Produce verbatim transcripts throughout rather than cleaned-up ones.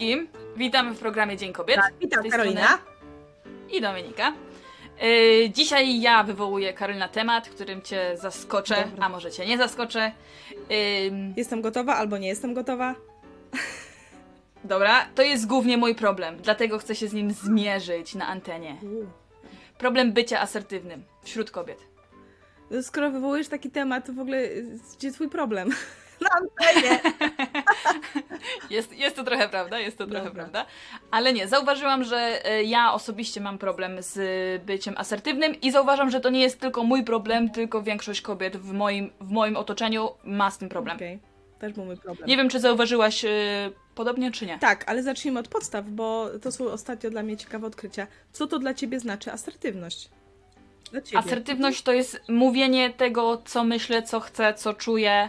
wszystkim. Witamy w programie Dzień Kobiet. Tak, witam Karolina. I Dominika. Yy, dzisiaj ja wywołuję, Karolina, temat, którym cię zaskoczę, Dobra. a może cię nie zaskoczę. Yy... Jestem gotowa albo nie jestem gotowa. Dobra, to jest głównie mój problem, dlatego chcę się z nim zmierzyć na antenie. Problem bycia asertywnym wśród kobiet. Skoro wywołujesz taki temat, to w ogóle gdzie twój problem? Na antenie. Jest, jest to trochę prawda, jest to trochę Dobra. prawda. Ale nie, zauważyłam, że ja osobiście mam problem z byciem asertywnym i zauważam, że to nie jest tylko mój problem, tylko większość kobiet w moim, w moim otoczeniu ma z tym problem. Okej, okay. Też był mój problem. Nie wiem, czy zauważyłaś y, podobnie, czy nie. Tak, ale zacznijmy od podstaw, bo to są ostatnio dla mnie ciekawe odkrycia. Co to dla ciebie znaczy asertywność? Dla ciebie. Asertywność to jest mówienie tego, co myślę, co chcę, co czuję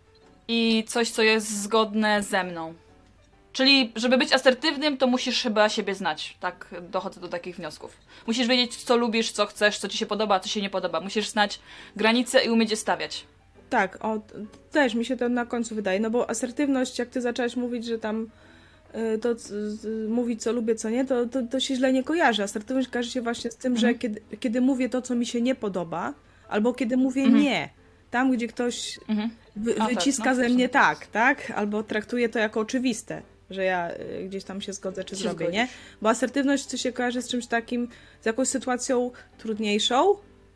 i coś, co jest zgodne ze mną. Czyli, żeby być asertywnym, to musisz chyba siebie znać. Tak, dochodzę do takich wniosków. Musisz wiedzieć, co lubisz, co chcesz, co ci się podoba, co się nie podoba. Musisz znać granice i umieć je stawiać. Tak, o, też mi się to na końcu wydaje, no bo asertywność, jak ty zaczęłaś mówić, że tam y, to y, mówić, co lubię, co nie, to, to, to się źle nie kojarzy. Asertywność kojarzy się właśnie z tym, mhm. że kiedy, kiedy mówię to, co mi się nie podoba, albo kiedy mówię mhm. nie. Tam, gdzie ktoś mhm. wy, wyciska tak, no, ze mnie tak, tak? Albo traktuje to jako oczywiste, że ja y, gdzieś tam się zgodzę, czy się zrobię, zgodzisz. Nie? Bo asertywność to się kojarzy z czymś takim, z jakąś sytuacją trudniejszą,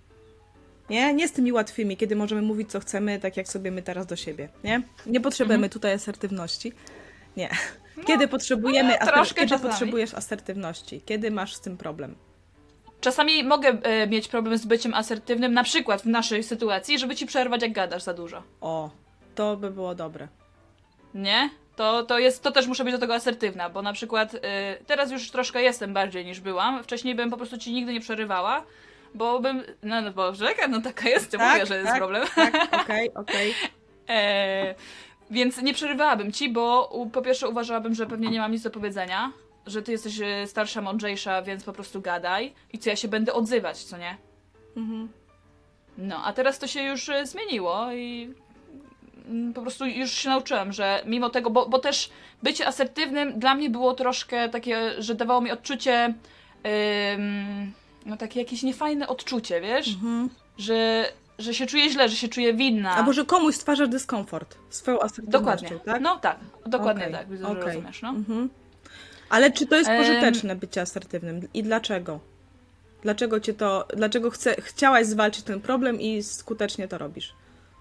nie? Nie z tymi łatwymi, kiedy możemy mówić, co chcemy, tak jak sobie my teraz do siebie, nie? Nie potrzebujemy mhm. tutaj asertywności. Nie. Kiedy no, potrzebujemy, no, aser- kiedy potrzebujesz asertywności? Kiedy masz z tym problem? Czasami mogę e, mieć problem z byciem asertywnym, na przykład w naszej sytuacji, żeby ci przerwać, jak gadasz za dużo. O, to by było dobre. Nie? To, to, jest, to też muszę być do tego asertywna, bo na przykład y, teraz już troszkę jestem bardziej niż byłam. Wcześniej bym po prostu ci nigdy nie przerywała, bo bym... No, no bo czeka, no taka jest, tak, mówię, że jest tak, problem. Tak, okej, okay, okej. Okay. e, więc nie przerywałabym ci, bo u, po pierwsze uważałabym, że pewnie nie mam nic do powiedzenia, że ty jesteś starsza, mądrzejsza, więc po prostu gadaj i co ja się będę odzywać, co nie? Mhm. No, a teraz to się już zmieniło i po prostu już się nauczyłam, że mimo tego, bo, bo też bycie asertywnym dla mnie było troszkę takie, że dawało mi odczucie, ym, no takie jakieś niefajne odczucie, wiesz? Mhm. Że, że się czuję źle, że się czuję winna. Albo że komuś stwarzasz dyskomfort swoją asertywnością, dokładnie. Tak? No tak, dokładnie okay. tak, widzę, okay. że rozumiesz, no. Mhm. Ale czy to jest pożyteczne bycie asertywnym i dlaczego? Dlaczego cię to, dlaczego chce, chciałaś zwalczyć ten problem i skutecznie to robisz?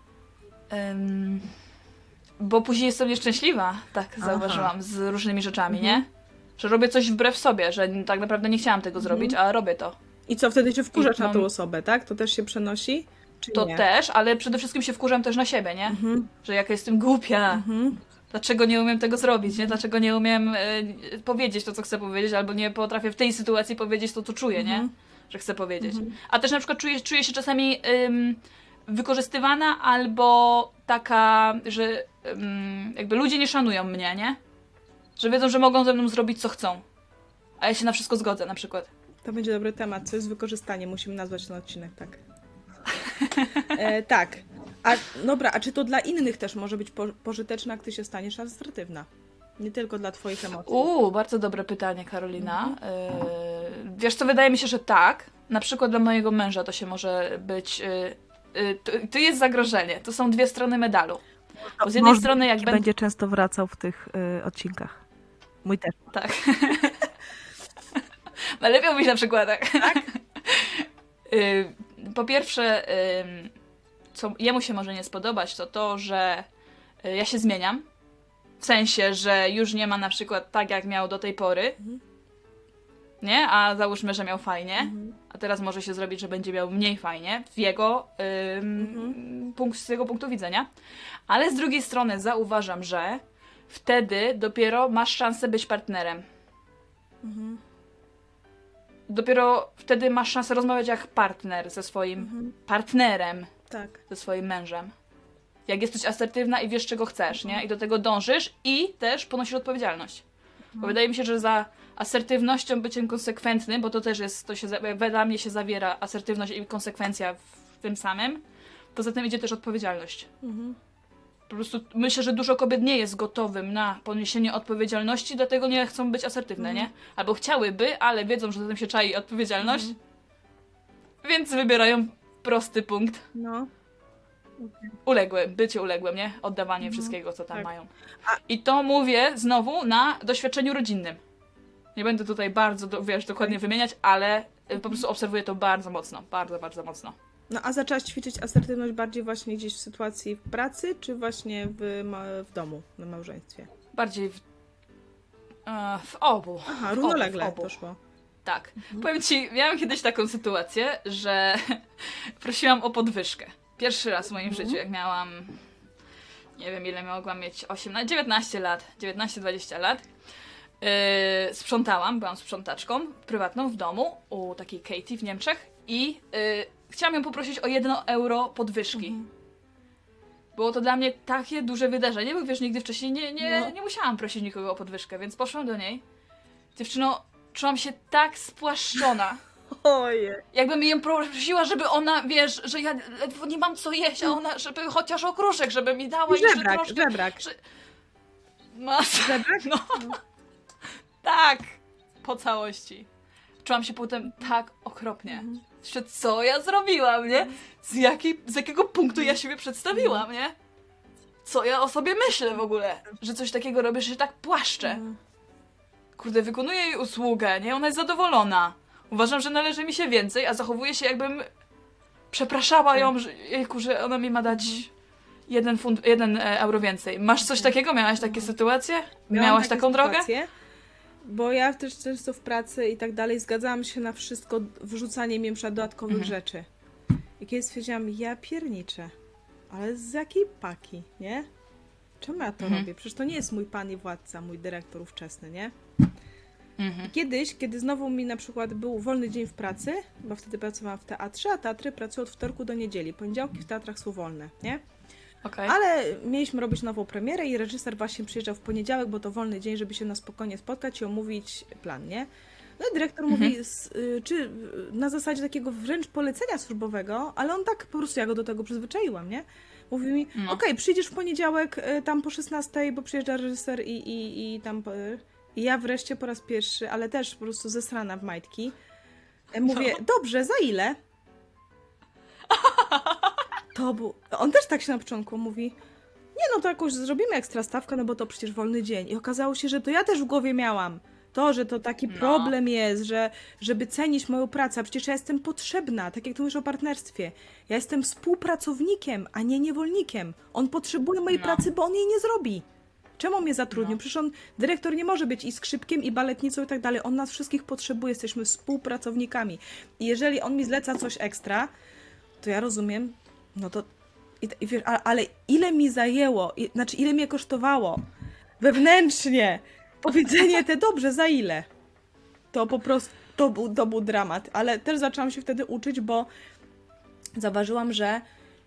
Um, bo później jestem nieszczęśliwa, tak Aha. zauważyłam, z różnymi rzeczami, mhm. nie? Że robię coś wbrew sobie, że tak naprawdę nie chciałam tego mhm. zrobić, a robię to. I co, wtedy się wkurzasz I, na tą osobę, tak? To też się przenosi? Czy to nie? też, ale przede wszystkim się wkurzam też na siebie, nie? Mhm. Że jaka jestem głupia. Mhm. Dlaczego nie umiem tego zrobić, nie? Dlaczego nie umiem y, powiedzieć to, co chcę powiedzieć, albo nie potrafię w tej sytuacji powiedzieć to, co czuję, mhm. nie? Że chcę powiedzieć. Mhm. A też na przykład czuję, czuję się czasami ym, wykorzystywana albo taka, że ym, jakby ludzie nie szanują mnie, nie? Że wiedzą, że mogą ze mną zrobić, co chcą. A ja się na wszystko zgodzę, na przykład. To będzie dobry temat. Co jest wykorzystanie? Musimy nazwać ten odcinek, tak. e, tak. A dobra, a czy to dla innych też może być po, pożyteczne, jak ty się staniesz asertywna? Nie tylko dla twoich emocji. Uuu, bardzo dobre pytanie, Karolina. Mhm. Yy, wiesz co, wydaje mi się, że tak. Na przykład dla mojego męża to się może być... Yy, yy, to, to jest zagrożenie. To są dwie strony medalu. Bo z jednej Może strony jak będzie... będzie często wracał w tych yy, odcinkach. Mój też. Tak. Ale lepiej mówić na przykładach. Tak? yy, po pierwsze... Yy, co jemu się może nie spodobać, to to, że ja się zmieniam. W sensie, że już nie ma na przykład tak, jak miał do tej pory. Mhm. Nie? A załóżmy, że miał fajnie. Mhm. A teraz może się zrobić, że będzie miał mniej fajnie w jego, ym, mhm. punkt, z jego punktu widzenia. Ale z drugiej strony zauważam, że wtedy dopiero masz szansę być partnerem. Mhm. Dopiero wtedy masz szansę rozmawiać jak partner ze swoim mhm. partnerem. Tak. Ze swoim mężem. Jak jesteś asertywna i wiesz, czego chcesz, nie? I do tego dążysz i też ponosisz odpowiedzialność. Mhm. Bo wydaje mi się, że za asertywnością, byciem konsekwentnym, bo to też jest, to się, dla mnie się zawiera asertywność i konsekwencja w tym samym, poza tym idzie też odpowiedzialność. Mhm. Po prostu myślę, że dużo kobiet nie jest gotowym na poniesienie odpowiedzialności, dlatego nie chcą być asertywne, Mhm. nie? Albo chciałyby, ale wiedzą, że za tym się czai odpowiedzialność, więc wybierają prosty punkt. No. Uległe, bycie uległym, nie? Oddawanie Mhm. wszystkiego, co tam Tak. mają. A- I to mówię znowu na doświadczeniu rodzinnym. Nie będę tutaj bardzo, do, wiesz, dokładnie Tak. wymieniać, ale y, po prostu obserwuję to bardzo mocno, bardzo, bardzo mocno. No a zaczęłaś ćwiczyć asertywność bardziej właśnie gdzieś w sytuacji w pracy, czy właśnie w, ma- w domu, na małżeństwie? Bardziej w, e, w obu. Aha, W równolegle obu, w obu. poszło. Tak. Powiem ci, miałam kiedyś taką sytuację, że prosiłam o podwyżkę. Pierwszy raz w moim Mhm. życiu, jak miałam, nie wiem ile mogłam mieć, osiemnaście, dziewiętnaście lat, dziewiętnaście dwadzieścia lat. Yy, sprzątałam, byłam sprzątaczką prywatną w domu u takiej Katie w Niemczech i yy, chciałam ją poprosić o jedno euro podwyżki. Mhm. Było to dla mnie takie duże wydarzenie, bo wiesz, nigdy wcześniej nie, nie, No. nie musiałam prosić nikogo o podwyżkę, więc poszłam do niej. Dziewczyno, czułam się tak spłaszczona. Oje. Jakbym ją prosiła, żeby ona, wiesz, że ja ledwo nie mam co jeść, a ona, żeby chociaż okruszek, żeby mi dała jeszcze Żebrak, troszkę. żebrak. Że... Masa. Żebrak? No. Tak. Po całości. Czułam się potem tak okropnie. Że co ja zrobiłam, nie? Z, jakiej, z jakiego punktu ja siebie przedstawiłam, nie? Co ja o sobie myślę w ogóle? Że coś takiego robię, że się tak płaszczę. Mhm. Kurde, wykonuję jej usługę, nie? Ona jest zadowolona. Uważam, że należy mi się więcej, a zachowuję się jakbym przepraszała ją, że, jejku, że ona mi ma dać jeden, fund, jeden e, euro więcej. Masz coś takiego? Miałaś takie sytuacje? Miałam Miałaś takie taką drogę? sytuacje, Bo ja też często w pracy i tak dalej zgadzałam się na wszystko, wrzucanie mi na przykład dodatkowych Mhm. rzeczy. I kiedy stwierdziłam, ja pierniczę, ale z jakiej paki, nie? Czemu ja to Mhm. robię? Przecież to nie jest mój pan i władca, mój dyrektor ówczesny, nie? Mhm. Kiedyś, kiedy znowu mi na przykład był wolny dzień w pracy, bo wtedy pracowałam w teatrze, a teatry pracują od wtorku do niedzieli. Poniedziałki w teatrach są wolne, nie? Okej. Ale mieliśmy robić nową premierę i reżyser właśnie przyjeżdżał w poniedziałek, bo to wolny dzień, żeby się na spokojnie spotkać i omówić plan, nie? No i dyrektor Mhm. mówi, s- y, czy y, na zasadzie takiego wręcz polecenia służbowego, ale on tak po prostu, ja go do tego przyzwyczaiłam, nie? Mówi mi, No. okej, przyjdziesz w poniedziałek y, tam po szesnastej, bo przyjeżdża reżyser i, i, i tam... Y, i ja wreszcie po raz pierwszy, ale też po prostu zesrana w majtki, y, mówię, No. dobrze, za ile? To był... On też tak się na początku mówi, nie no, to jakoś zrobimy ekstra stawkę, no bo to przecież wolny dzień. I okazało się, że to ja też w głowie miałam. To, że to taki No. problem jest, że żeby cenić moją pracę, a przecież ja jestem potrzebna, tak jak tu mówisz o partnerstwie. Ja jestem współpracownikiem, a nie niewolnikiem. On potrzebuje mojej No. pracy, bo on jej nie zrobi. Czemu mnie zatrudnił? No. Przecież on, dyrektor nie może być i skrzypkiem, i baletnicą i tak dalej. On nas wszystkich potrzebuje, jesteśmy współpracownikami. I jeżeli on mi zleca coś ekstra, to ja rozumiem, no to i, i wiesz, a, ale ile mi zajęło, i, znaczy ile mnie kosztowało wewnętrznie powiedzenie te dobrze, za ile? To po prostu, to był, to był dramat, ale też zaczęłam się wtedy uczyć, bo zauważyłam, że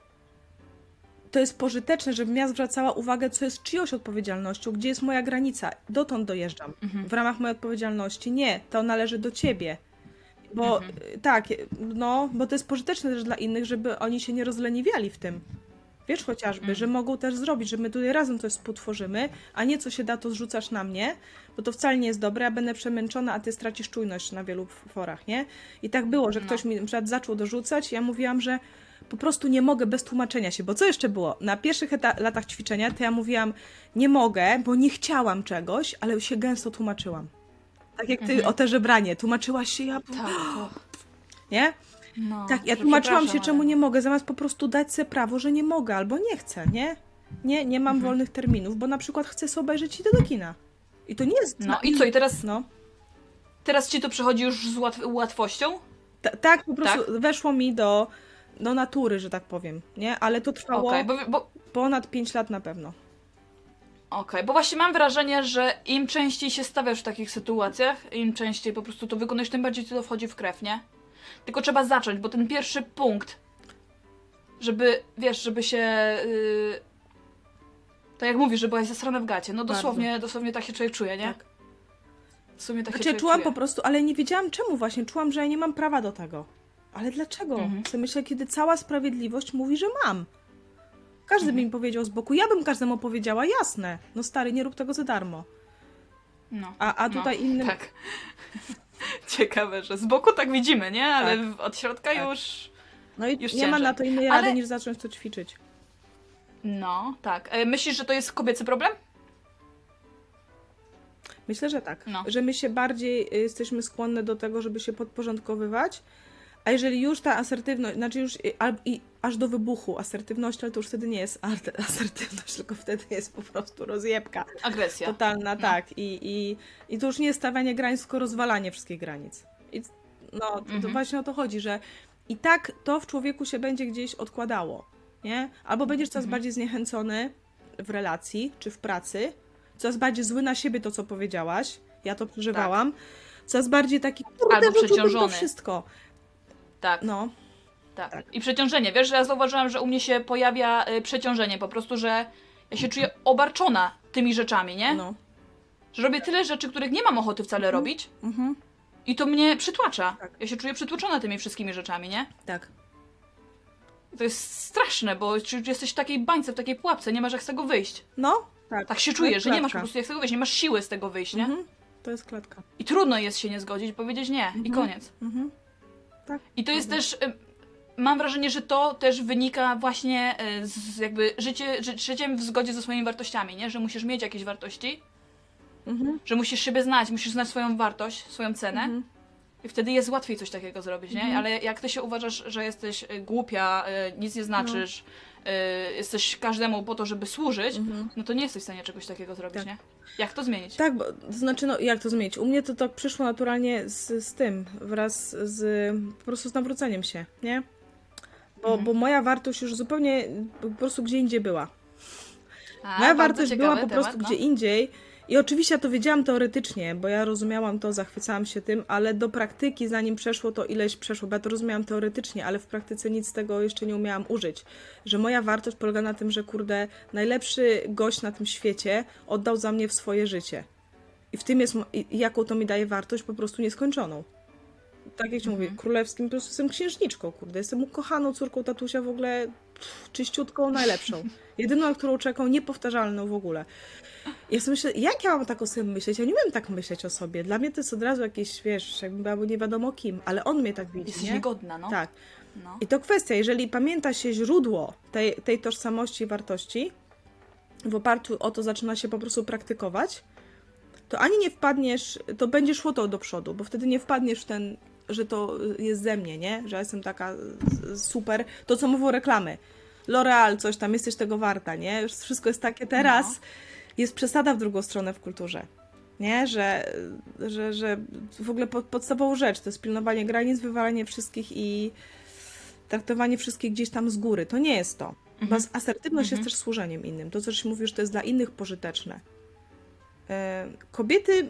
to jest pożyteczne, żebym ja zwracała uwagę, co jest czyjąś odpowiedzialnością, gdzie jest moja granica. Dotąd dojeżdżam. Mhm. W ramach mojej odpowiedzialności. Nie, to należy do ciebie. Bo Mhm. y, tak, no, bo to jest pożyteczne też dla innych, żeby oni się nie rozleniwiali w tym. Wiesz chociażby, Mhm. że mogą też zrobić, że my tutaj razem coś współtworzymy, a nie co się da, to zrzucasz na mnie, bo to wcale nie jest dobre, ja będę przemęczona, a ty stracisz czujność na wielu f- forach, nie? I tak było, że No. ktoś mi na przykład zaczął dorzucać, ja mówiłam, że po prostu nie mogę bez tłumaczenia się, bo co jeszcze było? Na pierwszych eta- latach ćwiczenia to ja mówiłam, nie mogę, bo nie chciałam czegoś, ale się gęsto tłumaczyłam. Tak jak ty Mhm. o te żebranie, tłumaczyłaś się, ja... Tak, to, Nie? no, Tak, ja że tłumaczyłam się, przepraszam, czemu ale nie mogę, zamiast po prostu dać sobie prawo, że nie mogę albo nie chcę, nie? Nie, nie mam Mhm. wolnych terminów, bo na przykład chcę sobie obejrzeć idę do kina. I to nie jest... No i co, i teraz, No. teraz ci to przychodzi już z łatw łatwością? Ta, tak, po prostu weszło mi do, do natury, że tak powiem, nie? Ale to trwało Okej, bo, bo, ponad pięć lat na pewno. Okej, bo właśnie mam wrażenie, że im częściej się stawiasz w takich sytuacjach, im częściej po prostu to wykonujesz, tym bardziej ci to wchodzi w krew, nie? Tylko trzeba zacząć, bo ten pierwszy punkt, żeby, wiesz, żeby się... Yy, tak jak mówisz, że byłaś zasrana w gacie, no dosłownie, dosłownie tak się człowiek czuje, nie? Tak. W sumie tak się Znaczy, ja człowiek czułam czuje. po prostu, ale nie wiedziałam czemu właśnie. Czułam, że ja nie mam prawa do tego. Ale dlaczego? Mhm. Sobie myślę, kiedy cała sprawiedliwość mówi, że mam. Każdy Mhm. by mi powiedział z boku, ja bym każdemu powiedziała, jasne, no stary, nie rób tego za darmo. No. A, a tutaj no, innym... Tak. Ciekawe, że z boku tak widzimy, nie? Ale Tak. w- od środka Tak. już... No i już nie ma ciężej. na to innej Ale- rady niż zacząć to ćwiczyć. No, tak. E, Myślisz, że to jest kobiecy problem? Myślę, że tak. No. Że my się bardziej y, jesteśmy skłonne do tego, żeby się podporządkowywać, a jeżeli już ta asertywność, znaczy już y, al, i aż do wybuchu asertywności, ale to już wtedy nie jest art- asertywność, tylko wtedy jest po prostu rozjebka Agresja. totalna, No. tak. I, i, I to już nie jest stawianie granic, tylko rozwalanie wszystkich granic. I, no, to, to Mhm. właśnie o to chodzi, że i tak to w człowieku się będzie gdzieś odkładało, nie? Albo będziesz coraz Mhm. bardziej zniechęcony w relacji czy w pracy, coraz bardziej zły na siebie, to co powiedziałaś, ja to przeżywałam, coraz bardziej taki, kurde, Albo wyrzuciłbym to przeciążony. wszystko. Tak. No, Tak. Tak. I przeciążenie. Wiesz, że ja zauważyłam, że u mnie się pojawia y, przeciążenie. Po prostu, że ja się czuję obarczona tymi rzeczami, nie? no. Że robię tyle rzeczy, których nie mam ochoty wcale Mhm. robić Mhm. i to mnie przytłacza. Tak. Ja się czuję przytłoczona tymi wszystkimi rzeczami, nie? Tak. To jest straszne, bo czy- jesteś w takiej bańce, w takiej pułapce, nie masz jak z tego wyjść. No, tak. Tak się To czujesz, jest że nie masz po klatka. prostu jak z tego wyjść, nie masz siły z tego wyjść, nie? Mhm. To jest klatka. I trudno jest się nie zgodzić i powiedzieć nie i Mhm. koniec. Mhm. Tak. I to jest Mhm. też, y, mam wrażenie, że to też wynika właśnie y, z jakby życie, ży, życiem w zgodzie ze swoimi wartościami, nie? Że musisz mieć jakieś wartości, Mhm. że musisz siebie znać, musisz znać swoją wartość, swoją cenę Mhm. i wtedy jest łatwiej coś takiego zrobić, nie? Mhm. Ale jak ty się uważasz, że jesteś y, głupia, y, nic nie znaczysz, y, jesteś każdemu po to, żeby służyć, Mhm. no to nie jesteś w stanie czegoś takiego zrobić, Tak. nie? Jak to zmienić? Tak, bo, to znaczy, no jak to zmienić? U mnie to tak przyszło naturalnie z, z tym, wraz z po prostu z nawróceniem się, nie? Bo, Mhm. bo moja wartość już zupełnie po prostu gdzie indziej była. A, Moja bardzo wartość ciekawy była po temat, prostu no. gdzie indziej. I oczywiście ja to wiedziałam teoretycznie, bo ja rozumiałam to, zachwycałam się tym, ale do praktyki, zanim przeszło to ileś przeszło, bo ja to rozumiałam teoretycznie, ale w praktyce nic z tego jeszcze nie umiałam użyć. Że moja wartość polega na tym, że kurde, najlepszy gość na tym świecie oddał za mnie w swoje życie. I w tym jest, mo- i jaką to mi daje wartość, po prostu nieskończoną. Tak jak ci Mhm. mówię, królewskim, po prostu jestem księżniczką, kurde, jestem ukochaną córką tatusia w ogóle, pff, czyściutką, najlepszą. Jedyną, na którą czekał, niepowtarzalną w ogóle. Ja sobie myślę, jak ja mam tak o sobie myśleć? Ja nie umiem tak myśleć o sobie. Dla mnie to jest od razu jakieś, wiesz, jakbym była nie wiadomo kim, ale on mnie tak widzi, Jesteś nie? niegodna, no. Tak. no. I to kwestia, jeżeli pamięta się źródło tej, tej tożsamości i wartości, w oparciu o to zaczyna się po prostu praktykować, to ani nie wpadniesz, to będzie szło to do przodu, bo wtedy nie wpadniesz w ten, że to jest ze mnie, nie? Że ja jestem taka super. To, co mówią reklamy. L'Oreal, coś tam, jesteś tego warta, nie? Już wszystko jest takie teraz. No. Jest przesada w drugą stronę w kulturze. Nie? Że, że, że w ogóle pod, podstawową rzecz to jest pilnowanie granic, wywalanie wszystkich i traktowanie wszystkich gdzieś tam z góry. To nie jest to. Bo Mhm. asertywność Mhm. jest też służeniem innym. To, co ci mówisz, to jest dla innych pożyteczne. E, Kobiety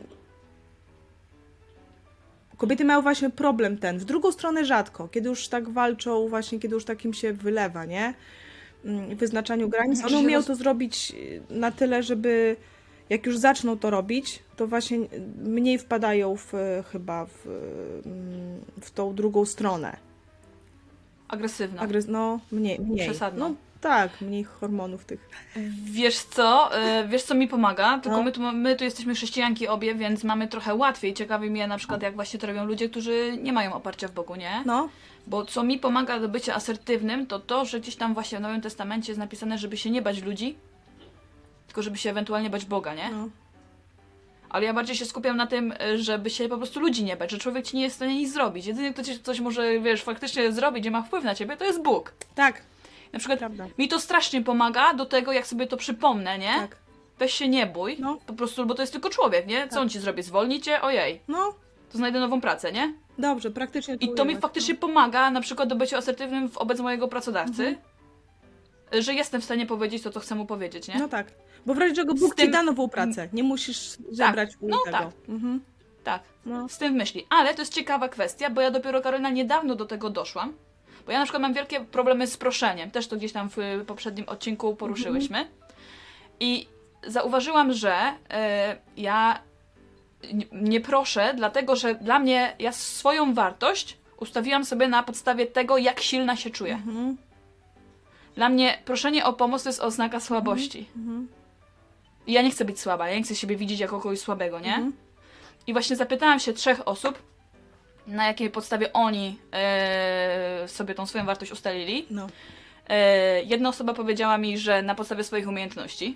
kobiety mają właśnie problem ten. W drugą stronę rzadko. Kiedy już tak walczą, właśnie kiedy już takim się wylewa, nie? Mm, w wyznaczaniu granic. Mhm, One że umieją roz- to zrobić na tyle, żeby jak już zaczną to robić, to właśnie mniej wpadają w, chyba w, mm, w tą drugą stronę. Agresywna. Agres- no, mniej, mniej. Przesadną. No tak, mniej hormonów tych. Wiesz co, e, wiesz co mi pomaga, tylko No. my, tu, ma- my tu jesteśmy chrześcijanki obie, więc mamy trochę łatwiej. Ciekawi mnie na przykład, jak właśnie to robią ludzie, którzy nie mają oparcia w Bogu, nie? No, Bo co mi pomaga do bycia asertywnym, to to, że gdzieś tam właśnie w Nowym Testamencie jest napisane, żeby się nie bać ludzi, tylko żeby się ewentualnie bać Boga, nie? no. Ale ja bardziej się skupiam na tym, e, żeby się po prostu ludzi nie bać, że człowiek ci nie jest w stanie nic zrobić. Jedyny, kto ci coś może, wiesz, faktycznie zrobić, gdzie ma wpływ na ciebie, to jest Bóg. Tak, Na przykład prawda. mi to strasznie pomaga do tego, jak sobie to przypomnę, nie? Tak. Weź się nie bój, No. po prostu, bo to jest tylko człowiek, nie? Co Tak. on ci zrobi? Zwolni cię? Ojej, No, to znajdę nową pracę, nie? dobrze, praktycznie I to mi ujęłaś, faktycznie pomaga, na przykład do bycia asertywnym wobec mojego pracodawcy, że jestem w stanie powiedzieć to, co chcę mu powiedzieć, nie? No. no tak. Bo w razie czego Bóg Z tym- ci da nową pracę. Nie musisz zebrać no tego. tak. Mhm. Tak, No. z tym w myśli. Ale to jest ciekawa kwestia, bo ja dopiero, Karolina, niedawno do tego doszłam, bo ja na przykład mam wielkie problemy z proszeniem, też to gdzieś tam w y, poprzednim odcinku poruszyłyśmy. I zauważyłam, że y, ja n- nie proszę, dlatego że dla mnie, ja swoją wartość ustawiłam sobie na podstawie tego, jak silna się czuję. Mhm. Dla mnie proszenie o pomoc to jest oznaka słabości. Mhm. I ja nie chcę być słaba, ja nie chcę siebie widzieć jako kogoś słabego, nie? Mhm. I właśnie zapytałam się trzech osób, na jakiej podstawie oni e, sobie tą swoją wartość ustalili. No. E, jedna osoba powiedziała mi, że na podstawie swoich umiejętności.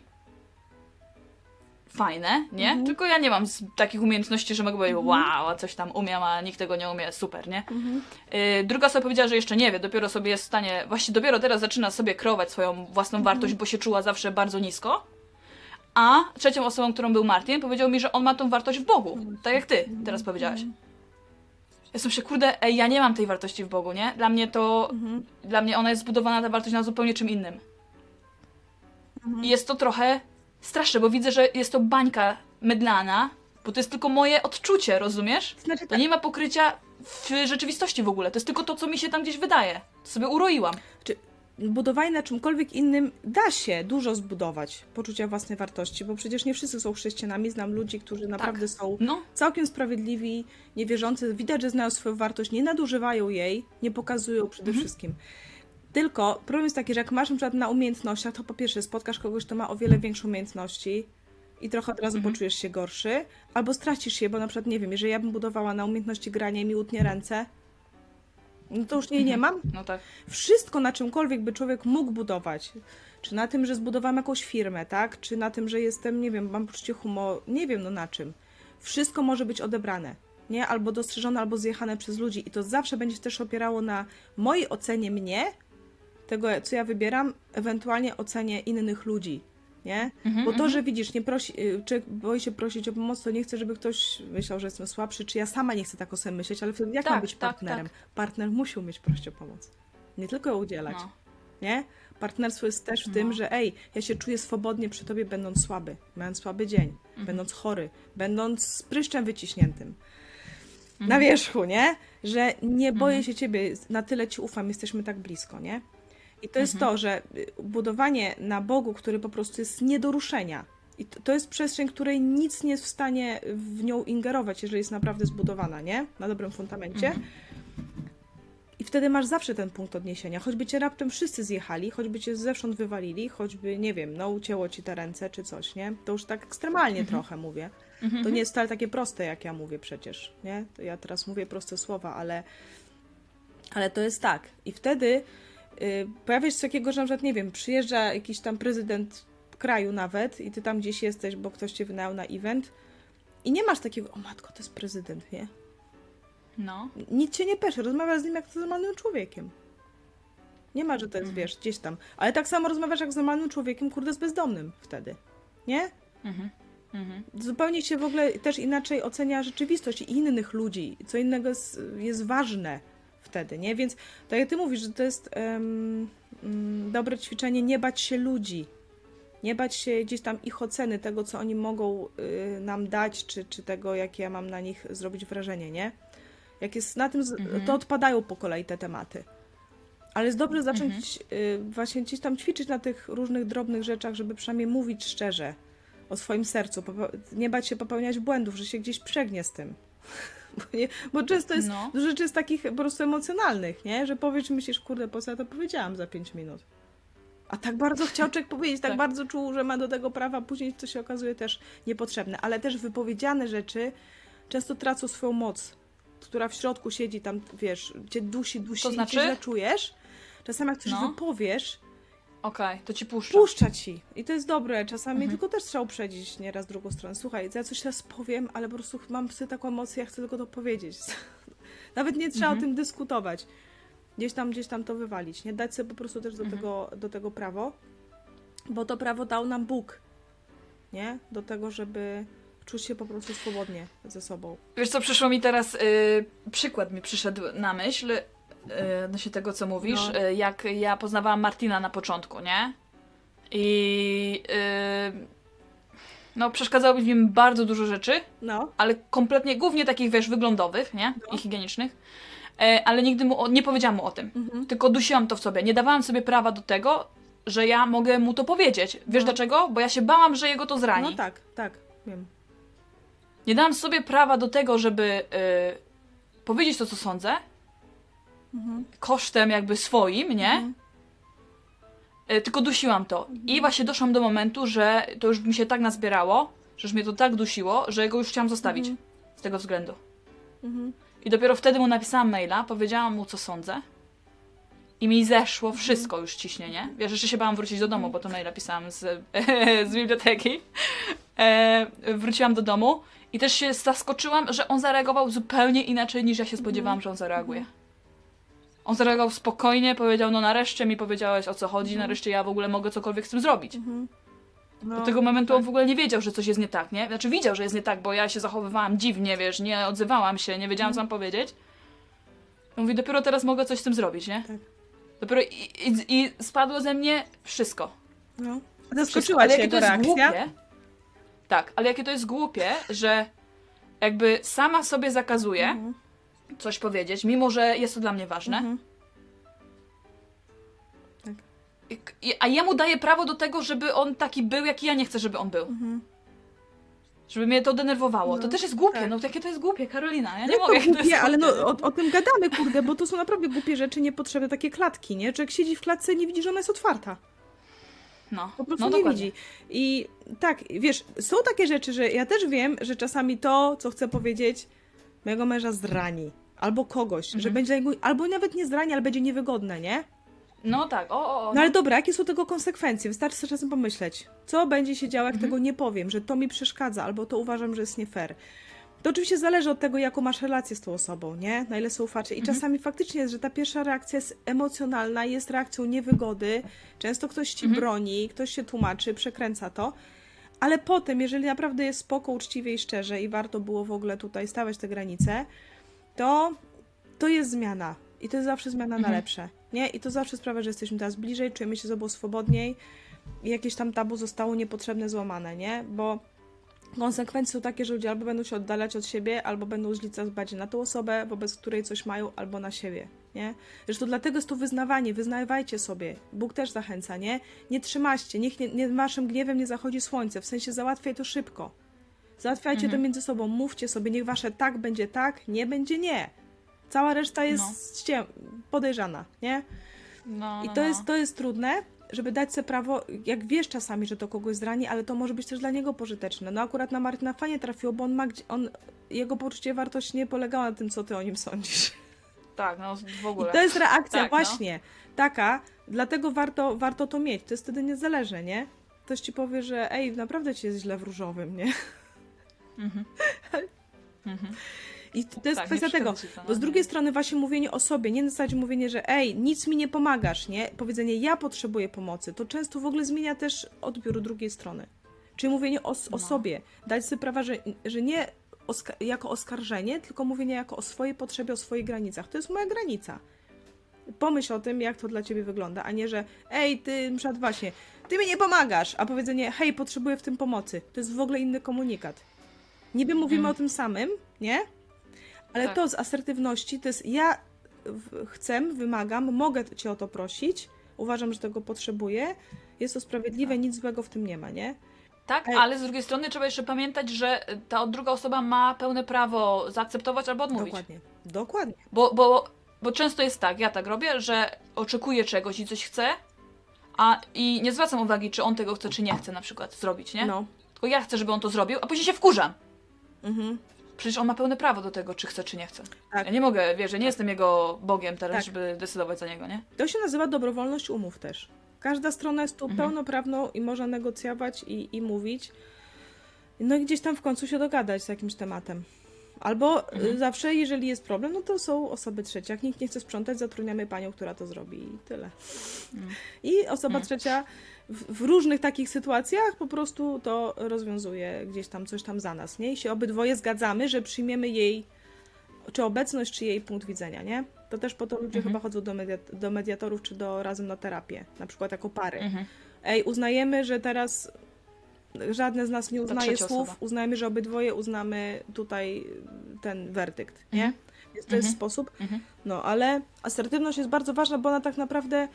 Fajne, nie? Mhm. Tylko ja nie mam z, takich umiejętności, że mogę powiedzieć, Mhm. wow, a coś tam umiem, a nikt tego nie umie, super, nie? Mhm. E, druga osoba powiedziała, że jeszcze nie wie, dopiero sobie jest w stanie, właśnie dopiero teraz zaczyna sobie kreować swoją własną Mhm. wartość, bo się czuła zawsze bardzo nisko. A trzecią osobą, którą był Martin, powiedział mi, że on ma tą wartość w Bogu. Tak jak ty teraz powiedziałaś. Ja sobie, kurde, ej, ja nie mam tej wartości w Bogu, nie? Dla mnie to, Mhm. dla mnie ona jest zbudowana, ta wartość, na zupełnie czym innym. Mhm. I jest to trochę straszne, bo widzę, że jest to bańka mydlana, bo to jest tylko moje odczucie, rozumiesz? Znaczy, To tak, nie ma pokrycia w rzeczywistości w ogóle. To jest tylko to, co mi się tam gdzieś wydaje. To sobie uroiłam. czy budowanie na czymkolwiek innym da się dużo zbudować poczucia własnej wartości, bo przecież nie wszyscy są chrześcijanami. Znam ludzi, którzy naprawdę są No, całkiem sprawiedliwi, niewierzący. Widać, że znają swoją wartość, nie nadużywają jej, nie pokazują przede Mhm. wszystkim. Tylko problem jest taki, że jak masz na przykład na umiejętnościach, to po pierwsze spotkasz kogoś, kto ma o wiele większe umiejętności i trochę od razu Mhm. poczujesz się gorszy, albo stracisz je, bo na przykład, nie wiem, jeżeli ja bym budowała na umiejętności grania i mi utnie ręce, no to już jej nie mam. no tak. Wszystko, na czymkolwiek by człowiek mógł budować, czy na tym, że zbudowałam jakąś firmę, tak? Czy na tym, że jestem, nie wiem, mam poczucie humoru, nie wiem, no na czym. Wszystko może być odebrane, nie? Albo dostrzeżone, albo zjechane przez ludzi i to zawsze będzie się też opierało na mojej ocenie mnie, tego, co ja wybieram, ewentualnie ocenie innych ludzi, nie? Mhm, Bo to, mhm. że widzisz, nie prosi, y, czy boi się prosić o pomoc, to nie chcę, żeby ktoś myślał, że jestem słabszy, czy ja sama nie chcę tak o sobie myśleć, ale wtedy jak Tak, mam być tak, partnerem? Partner musi umieć prosić o pomoc. Nie tylko ją udzielać, No. nie? Partnerstwo jest też w No. tym, że ej, ja się czuję swobodnie przy tobie, będąc słaby, mając słaby dzień, Mhm. będąc chory, będąc z pryszczem wyciśniętym. Na Mhm. wierzchu, nie? Że nie boję Mhm. się ciebie, na tyle ci ufam, jesteśmy tak blisko, nie? I to jest Mhm. to, że y, budowanie na Bogu, który po prostu jest nie do ruszenia. I to, to jest przestrzeń, której nic nie jest w stanie w nią ingerować, jeżeli jest naprawdę zbudowana, nie? Na dobrym fundamencie. Mhm. I wtedy masz zawsze ten punkt odniesienia. Choćby cię raptem wszyscy zjechali, choćby cię zewsząd wywalili, choćby, nie wiem, no ucięło ci te ręce czy coś, nie? To już tak ekstremalnie Mhm. trochę mówię. Mhm. To nie jest wcale takie proste, jak ja mówię przecież, nie? To ja teraz mówię proste słowa, ale, ale to jest tak. I wtedy y, pojawia się coś takiego, że na przykład, nie wiem, przyjeżdża jakiś tam prezydent kraju nawet i ty tam gdzieś jesteś, bo ktoś cię wynajął na event i nie masz takiego, o matko, to jest prezydent, nie? No. Nic cię nie peszy, rozmawiasz z nim jak z normalnym człowiekiem. Nie ma, że to jest, Mhm. wiesz, gdzieś tam. Ale tak samo rozmawiasz jak z normalnym człowiekiem, kurde, z bezdomnym wtedy. Nie? Mhm. Mhm. Zupełnie się w ogóle też inaczej ocenia rzeczywistość i innych ludzi. Co innego jest, jest ważne wtedy, nie? Więc tak jak ty mówisz, że to jest em, mm, dobre ćwiczenie nie bać się ludzi. Nie bać się gdzieś tam ich oceny, tego, co oni mogą y, nam dać, czy, czy tego, jakie ja mam na nich zrobić wrażenie, nie? Jak jest na tym, z- Mhm. to odpadają po kolei te tematy. Ale jest dobrze zacząć y, właśnie gdzieś tam ćwiczyć na tych różnych drobnych rzeczach, żeby przynajmniej mówić szczerze o swoim sercu, pope- nie bać się popełniać błędów, że się gdzieś przegnie z tym. Bo, nie, bo często jest No. dużo rzeczy jest takich po prostu emocjonalnych, nie? Że powiesz, myślisz, kurde, po co ja to powiedziałam za pięć minut. A tak bardzo chciał człowiek powiedzieć, tak, Tak. bardzo czuł, że ma do tego prawa, później to się okazuje też niepotrzebne. Ale też wypowiedziane rzeczy często tracą swoją moc, która w środku siedzi tam, wiesz, cię dusi, dusi To i znaczy? cię źle czujesz. Czasami jak coś No. wypowiesz, Okej, to ci puszczę. puszcza ci. I to jest dobre. Czasami Mhm. tylko też trzeba uprzedzić nieraz drugą stronę. Słuchaj, ja coś teraz powiem, ale po prostu mam sobie taką emocję, ja chcę tylko to powiedzieć. Nawet nie trzeba Mhm. o tym dyskutować. Gdzieś tam, gdzieś tam to wywalić, nie? Dać sobie po prostu też do, Mhm. tego, do tego prawo, bo to prawo dał nam Bóg, nie? Do tego, żeby czuć się po prostu swobodnie ze sobą. Wiesz co, przyszło mi teraz, y, przykład mi przyszedł na myśl, y, odnośnie tego, co mówisz, No. y, jak ja poznawałam Martina na początku, nie? I y, no przeszkadzało mi w nim bardzo dużo rzeczy, No, ale kompletnie, głównie takich, wiesz, wyglądowych, nie? No. I higienicznych, y, ale nigdy mu, o, nie powiedziałam mu o tym, mhm. tylko dusiłam to w sobie, nie dawałam sobie prawa do tego, że ja mogę mu to powiedzieć. Wiesz No. dlaczego? Bo ja się bałam, że jego to zrani. No tak, tak, wiem. Nie dałam sobie prawa do tego, żeby y, powiedzieć to, co sądzę, Mhm. kosztem jakby swoim, nie? Mhm. y, tylko dusiłam to. I właśnie doszłam do momentu, że to już mi się tak nazbierało, że już mnie to tak dusiło, że go już chciałam zostawić. Mhm. Z tego względu. Mhm. I dopiero wtedy mu napisałam maila, powiedziałam mu, co sądzę. I mi zeszło wszystko już ciśnienie. Wiesz, jeszcze się bałam wrócić do domu, bo to maila pisałam z, z biblioteki. E, wróciłam do domu i też się zaskoczyłam, że on zareagował zupełnie inaczej, niż ja się spodziewałam, że on zareaguje. On zareagował spokojnie, powiedział, no nareszcie mi powiedziałeś, o co chodzi, nareszcie ja w ogóle mogę cokolwiek z tym zrobić. Mhm. No, Do tego momentu tak. on w ogóle nie wiedział, że coś jest nie tak, nie? Znaczy widział, że jest nie tak, bo ja się zachowywałam dziwnie, wiesz, nie odzywałam się, nie wiedziałam, co mam powiedzieć. I mówi, dopiero teraz mogę coś z tym zrobić, nie? Tak. Dopiero i, i, i spadło ze mnie wszystko. No. Wszystko. Zaskoczyła Ale cię jakie jego to jest reakcja? głupie. Tak, ale jakie to jest głupie, że jakby sama sobie zakazuje Mhm. coś powiedzieć, mimo że jest to dla mnie ważne. Mhm. Tak. I, i, a jemu daje prawo do tego, żeby on taki był, jaki ja nie chcę, żeby on był. Mhm. Żeby mnie to denerwowało. No, to też jest głupie, tak. no jakie to jest głupie, Karolina. Ja nie Nie mogę. to jak to jest głupie, ale no głupie. o, o tym gadamy, kurde, bo to są naprawdę głupie rzeczy, niepotrzebne, takie klatki, nie? Czy jak siedzi w klatce, nie widzi, że ona jest otwarta. No, Po prostu no nie dokładnie. widzi. I tak, wiesz, są takie rzeczy, że ja też wiem, że czasami to, co chcę powiedzieć, mojego męża zrani. Albo kogoś, Mhm. że będzie, dla niego- albo nawet nie zrani, ale będzie niewygodne, nie? No tak, o, o, o. No ale dobra, jakie są tego konsekwencje? Wystarczy sobie czasem pomyśleć, co będzie się działo, jak Mhm. tego nie powiem, że to mi przeszkadza, albo to uważam, że jest nie fair. To oczywiście zależy od tego, jaką masz relację z tą osobą, nie? Na ile są ufacie. I Mhm. czasami faktycznie jest, że ta pierwsza reakcja jest emocjonalna, jest reakcją niewygody. Często ktoś ci Mhm. broni, ktoś się tłumaczy, przekręca to. Ale potem, jeżeli naprawdę jest spoko, uczciwie i szczerze i warto było w ogóle tutaj stawiać te granice, to to jest zmiana. I to jest zawsze zmiana na Mhm. lepsze, nie? I to zawsze sprawia, że jesteśmy teraz bliżej, czujemy się ze sobą swobodniej i jakieś tam tabu zostało niepotrzebne złamane, nie? Bo konsekwencje są takie, że ludzie albo będą się oddalać od siebie, albo będą zliczać bardziej na tą osobę, wobec której coś mają, albo na siebie, nie? Zresztą dlatego jest to wyznawanie, wyznawajcie sobie. Bóg też zachęca, nie? Nie trzymaście, niech nie, nie, waszym gniewem nie zachodzi słońce, w sensie załatwiaj to szybko. Załatwiajcie Mhm. to między sobą, mówcie sobie, niech wasze tak będzie tak, nie będzie nie. Cała reszta jest ściem- podejrzana, nie? No, I no, to no. jest, to jest trudne, żeby dać sobie prawo, jak wiesz czasami, że to kogoś zrani, ale to może być też dla niego pożyteczne. No akurat na Martyna fajnie trafiło, bo on ma, gdzie- on, jego poczucie wartości nie polegało na tym, co ty o nim sądzisz. Tak, no w ogóle. I to jest reakcja Tak, no. właśnie taka, dlatego warto, warto to mieć. To jest wtedy niezależne, nie? Ktoś ci powie, że ej, naprawdę ci jest źle w różowym, nie? Mhm. Mhm. I to jest Tak, kwestia nie tego, przeszkadza ci to, bo z no. drugiej strony właśnie mówienie o sobie, nie na zasadzie mówienie, że ej, nic mi nie pomagasz, nie? Powiedzenie ja potrzebuję pomocy, to często w ogóle zmienia też odbiór drugiej strony. Czyli mówienie o, o No. sobie, dać sobie prawa, że, że nie oska- jako oskarżenie, tylko mówienie jako o swojej potrzebie, o swoich granicach. To jest moja granica. Pomyśl o tym, jak to dla ciebie wygląda, a nie, że ej, ty, na przykład właśnie, ty mi nie pomagasz, a powiedzenie, hej, potrzebuję w tym pomocy. To jest w ogóle inny komunikat. Niby mówimy Mm. o tym samym, nie? Ale Tak. to z asertywności to jest ja w- chcę, wymagam, mogę cię o to prosić, uważam, że tego potrzebuję, jest to sprawiedliwe, Tak. nic złego w tym nie ma, nie? Tak, Ej. ale z drugiej strony trzeba jeszcze pamiętać, że ta druga osoba ma pełne prawo zaakceptować albo odmówić. Dokładnie. Dokładnie. Bo, bo, bo często jest tak, ja tak robię, że oczekuję czegoś i coś chcę, a i nie zwracam uwagi, czy on tego chce, czy nie chce na przykład zrobić, nie? No. Tylko ja chcę, żeby on to zrobił, a później się wkurzam. Mhm. Przecież on ma pełne prawo do tego, czy chce, czy nie chce. Tak. Ja nie mogę, wiesz, że nie jestem jego Bogiem teraz, Tak. żeby decydować za niego, nie? To się nazywa dobrowolność umów też. Każda strona jest tu Mhm. pełnoprawną i można negocjować i, i mówić. No i gdzieś tam w końcu się dogadać z jakimś tematem. Albo Mhm. y, zawsze, jeżeli jest problem, no to są osoby trzecie. Jak nikt nie chce sprzątać, zatrudniamy panią, która to zrobi i tyle. Mm. I osoba Mm. trzecia w, w różnych takich sytuacjach po prostu to rozwiązuje gdzieś tam coś tam za nas, nie? I się obydwoje zgadzamy, że przyjmiemy jej czy obecność, czy jej punkt widzenia, nie? To też po to ludzie Mhm. chyba chodzą do, mediat- do mediatorów, czy do razem na terapię, na przykład jako pary. Mhm. Ej, uznajemy, że teraz żadne z nas nie Ta uznaje trzecia słów, osoba. uznajemy, że obydwoje uznamy tutaj ten werdykt, nie? Mhm. Więc to jest Mhm. sposób. Mhm. No, ale asertywność jest bardzo ważna, bo ona tak naprawdę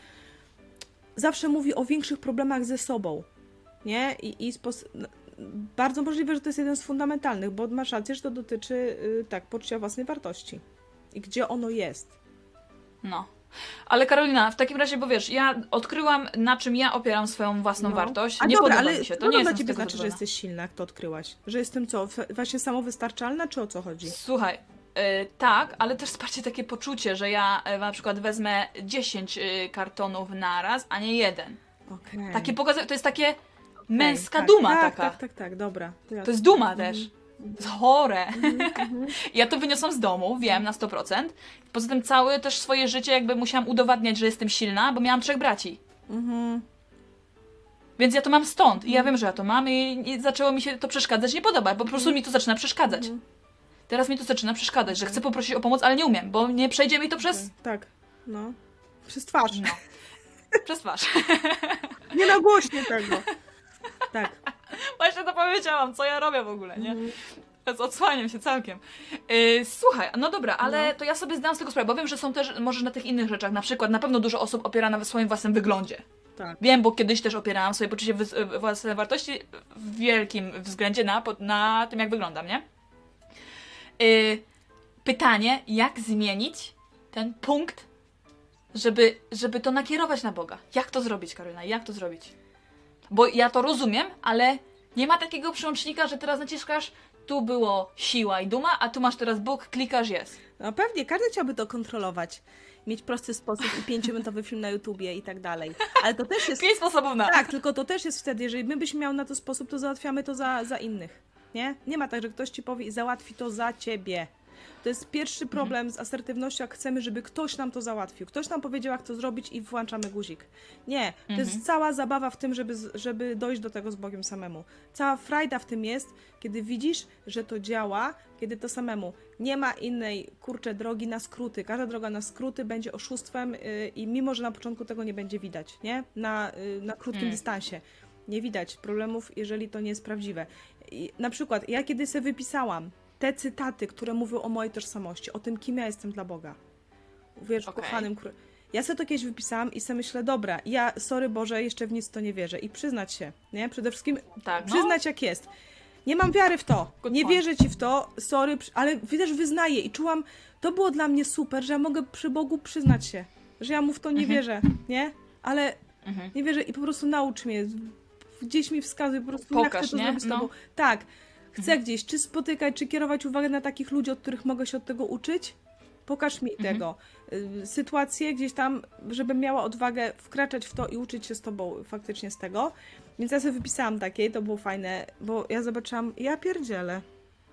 zawsze mówi o większych problemach ze sobą, nie? I, i spos- no, bardzo możliwe, że to jest jeden z fundamentalnych, bo masz rację, że to dotyczy, y, tak, poczucia własnej wartości. I gdzie ono jest. No. Ale Karolina, w takim razie, bo wiesz, ja odkryłam, na czym ja opieram swoją własną No. wartość. A Nie dobra, podoba ale mi się, to co nie dla jestem z ciebie tego znaczy, że zadowolona. jesteś silna, jak to odkryłaś? Że jestem co, f- właśnie samowystarczalna, czy o co chodzi? Słuchaj, y, tak, ale też bardziej takie poczucie, że ja y, na przykład wezmę dziesięć y, kartonów naraz, a nie jeden. Okej. Takie pokaza- to jest takie Okej, męska tak, duma tak, taka. Tak, tak, tak, dobra. To, ja... To jest duma też. To jest chore. Mhm. Ja to wyniosłam z domu, wiem, na sto procent. Poza tym całe też swoje życie jakby musiałam udowadniać, że jestem silna, bo miałam trzech braci. Mhm. Więc ja to mam stąd. I ja wiem, że ja to mam i, i zaczęło mi się to przeszkadzać, nie podoba, bo po prostu mi to zaczyna przeszkadzać. Mhm. Teraz mi to zaczyna przeszkadzać, że chcę poprosić o pomoc, ale nie umiem, bo nie przejdzie mi to przez... Tak, no. Przez twarz. No. Przez twarz. Nie nagłośnie tego. Tak. Właśnie to powiedziałam, co ja robię w ogóle, nie? Mhm. Więc odsłaniam się całkiem. Yy, słuchaj, no dobra, ale No. to ja sobie zdałam z tego sprawę, bo wiem, że są też, może na tych innych rzeczach, na przykład na pewno dużo osób opiera na swoim własnym wyglądzie. Tak. Wiem, bo kiedyś też opierałam swoje poczucie wys- własnej wartości w wielkim względzie na, po- na tym, jak wyglądam, nie? Yy, pytanie, jak zmienić ten punkt, żeby, żeby to nakierować na Boga? Jak to zrobić, Karolina? Jak to zrobić? Bo ja to rozumiem, ale nie ma takiego przełącznika, że teraz naciskasz, tu było siła i duma, a tu masz teraz Bóg, klikasz, jest. No pewnie, każdy chciałby to kontrolować. Mieć prosty sposób i pięciominutowy film na YouTubie i tak dalej. Ale to też jest... Pięć sposobów na... Tak, tylko to też jest wtedy, jeżeli my byśmy miał na to sposób, to załatwiamy to za, za innych. Nie? Nie ma tak, że ktoś ci powie i załatwi to za ciebie. To jest pierwszy problem z asertywnością, jak chcemy, żeby ktoś nam to załatwił. Ktoś nam powiedział, jak to zrobić i włączamy guzik. Nie, to Mhm. jest cała zabawa w tym, żeby, z- żeby dojść do tego z Bogiem samemu. Cała frajda w tym jest, kiedy widzisz, że to działa, kiedy to samemu. Nie ma innej, kurczę, drogi na skróty. Każda droga na skróty będzie oszustwem yy, i mimo, że na początku tego nie będzie widać, nie? Na, yy, na krótkim Mm. dystansie. Nie widać problemów, jeżeli to nie jest prawdziwe. I na przykład, ja kiedy sobie wypisałam te cytaty, które mówią o mojej tożsamości, o tym, kim ja jestem dla Boga. Wiesz, Okej. kochanym kró- Ja sobie to kiedyś wypisałam i sobie myślę, dobra, ja, sorry Boże, jeszcze w nic to nie wierzę. I przyznać się, nie? Przede wszystkim Tak, no. przyznać jak jest. Nie mam wiary w to, Good nie point. wierzę ci w to, sorry, przy- ale też wyznaję i czułam, to było dla mnie super, że ja mogę przy Bogu przyznać się, że ja mu w to nie Mhm. wierzę, nie? Ale Mhm. nie wierzę i po prostu naucz mnie, gdzieś mi wskazuj, po prostu Pokaż, jak chcę to nie? zrobić z No. tobą. Tak, chcę Mhm. gdzieś, czy spotykać, czy kierować uwagę na takich ludzi, od których mogę się od tego uczyć. Pokaż mi Mhm. tego. Y, sytuację gdzieś tam, żebym miała odwagę wkraczać w to i uczyć się z tobą faktycznie z tego. Więc ja sobie wypisałam takie, to było fajne, bo ja zobaczyłam, ja pierdzielę.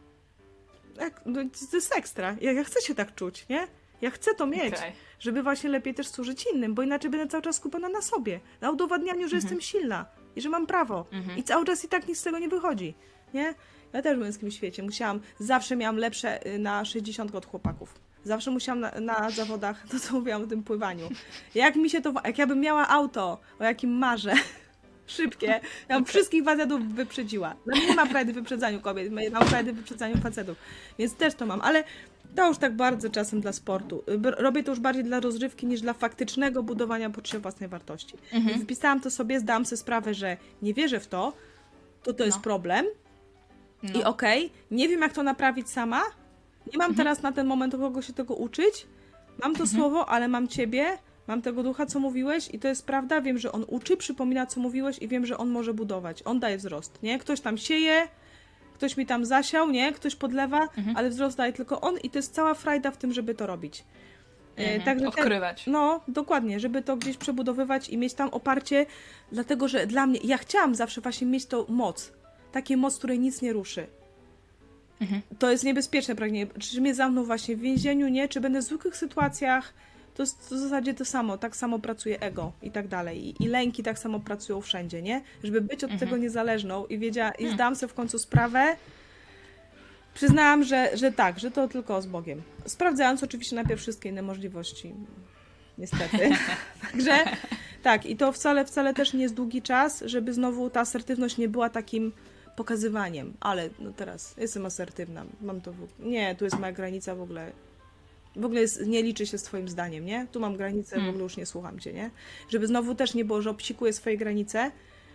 Jak, no, to jest ekstra. Ja, ja chcę się tak czuć, nie? Ja chcę to mieć, Okej. żeby właśnie lepiej też służyć innym, bo inaczej będę cały czas skupiona na sobie, na udowadnianiu, że jestem silna i że mam prawo. Mhm. I cały czas i tak nic z tego nie wychodzi, nie? Ja też w męskim świecie musiałam, zawsze miałam lepsze y, na sześćdziesiąt od chłopaków. Zawsze musiałam na, na zawodach, to co mówiłam o tym pływaniu. Jak mi się to, jak ja bym miała auto, o jakim marzę, szybkie, ja bym Okej. wszystkich facetów wyprzedziła. Dla mnie nie ma frajdy w wyprzedzaniu kobiet, mam frajdy w wyprzedzaniu facetów. Więc też to mam, ale to już tak bardzo czasem dla sportu. B- Robię to już bardziej dla rozrywki niż dla faktycznego budowania poczucia własnej wartości. Mhm. I wypisałam to sobie, zdałam sobie sprawę, że nie wierzę w to, to to jest No. problem No. i okej, nie wiem jak to naprawić sama, nie mam teraz na ten moment u kogo się tego uczyć, mam to słowo, ale mam Ciebie, mam tego ducha, co mówiłeś i to jest prawda, wiem, że on uczy, przypomina, co mówiłeś i wiem, że on może budować, on daje wzrost, nie? Ktoś tam sieje, ktoś mi tam zasiał, nie? Ktoś podlewa, Mhm. ale wzrost daje tylko on i to jest cała frajda w tym, żeby to robić. E, Mhm. Także te- Odkrywać. no, dokładnie, żeby to gdzieś przebudowywać i mieć tam oparcie, dlatego, że dla mnie, ja chciałam zawsze właśnie mieć tą moc, takie moc, której nic nie ruszy. Mhm. To jest niebezpieczne pragnienie. Czy mnie zamkną właśnie w więzieniu, nie? Czy będę w zwykłych sytuacjach? To jest w zasadzie to samo. Tak samo pracuje ego i tak dalej. I, i lęki tak samo pracują wszędzie, nie? Żeby być od Mhm. tego niezależną i wiedziała, i Mm. zdałam sobie w końcu sprawę. Przyznałam, że, że tak, że to tylko z Bogiem. Sprawdzając oczywiście najpierw wszystkie inne możliwości. Niestety. Także tak, i to wcale, wcale też nie jest długi czas, żeby znowu ta asertywność nie była takim pokazywaniem, ale no teraz jestem asertywna, mam to w ogóle. Nie, tu jest moja granica w ogóle. W ogóle jest, nie liczy się z twoim zdaniem, nie? Tu mam granicę, w Mm. ogóle już nie słucham cię, nie? Żeby znowu też nie było, że obsikuję swoje granice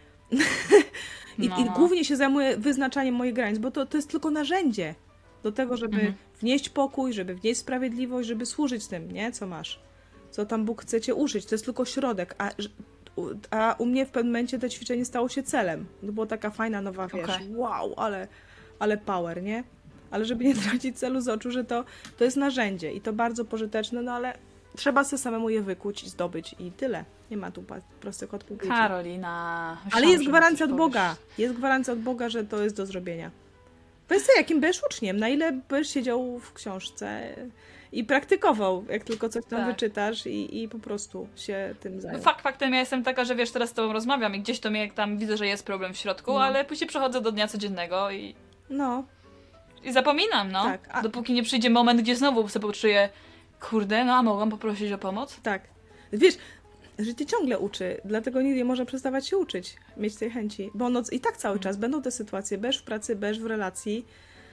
i, No, i no. głównie się zajmuję wyznaczaniem moich granic, bo to, to jest tylko narzędzie do tego, żeby Mhm. wnieść pokój, żeby wnieść sprawiedliwość, żeby służyć tym, nie? Co masz. co tam Bóg chce cię użyć. To jest tylko środek, a, a u mnie w pewnym momencie to ćwiczenie stało się celem. To była taka fajna nowa, wiesz, Okay. wow, ale, ale power, nie? Ale żeby nie tracić celu z oczu, że to, to jest narzędzie i to bardzo pożyteczne, no ale trzeba sobie samemu je wykuć i zdobyć i tyle. Nie ma tu prostych odpowiedzi. Karolina. Ale Myślałam, jest że gwarancja coś od powiesz. Boga. Jest gwarancja od Boga, że to jest do zrobienia. Powiedz sobie, jakim byłeś uczniem, na ile byś siedział w książce i praktykował, jak tylko coś tam Tak. wyczytasz i, i po prostu się tym zajął. Fakt faktem ja jestem taka, że wiesz, teraz z tobą rozmawiam i gdzieś to mnie tam widzę, że jest problem w środku, No. ale później przechodzę do dnia codziennego i, No, i zapominam, no. Tak, a- Dopóki nie przyjdzie moment, gdzie znowu sobie poczuję, kurde, no a mogłam poprosić o pomoc? tak. Wiesz, życie ciągle uczy, dlatego nigdy nie można przestawać się uczyć, mieć tej chęci, bo no, i tak cały czas będą te sytuacje, będziesz w pracy, będziesz w relacji,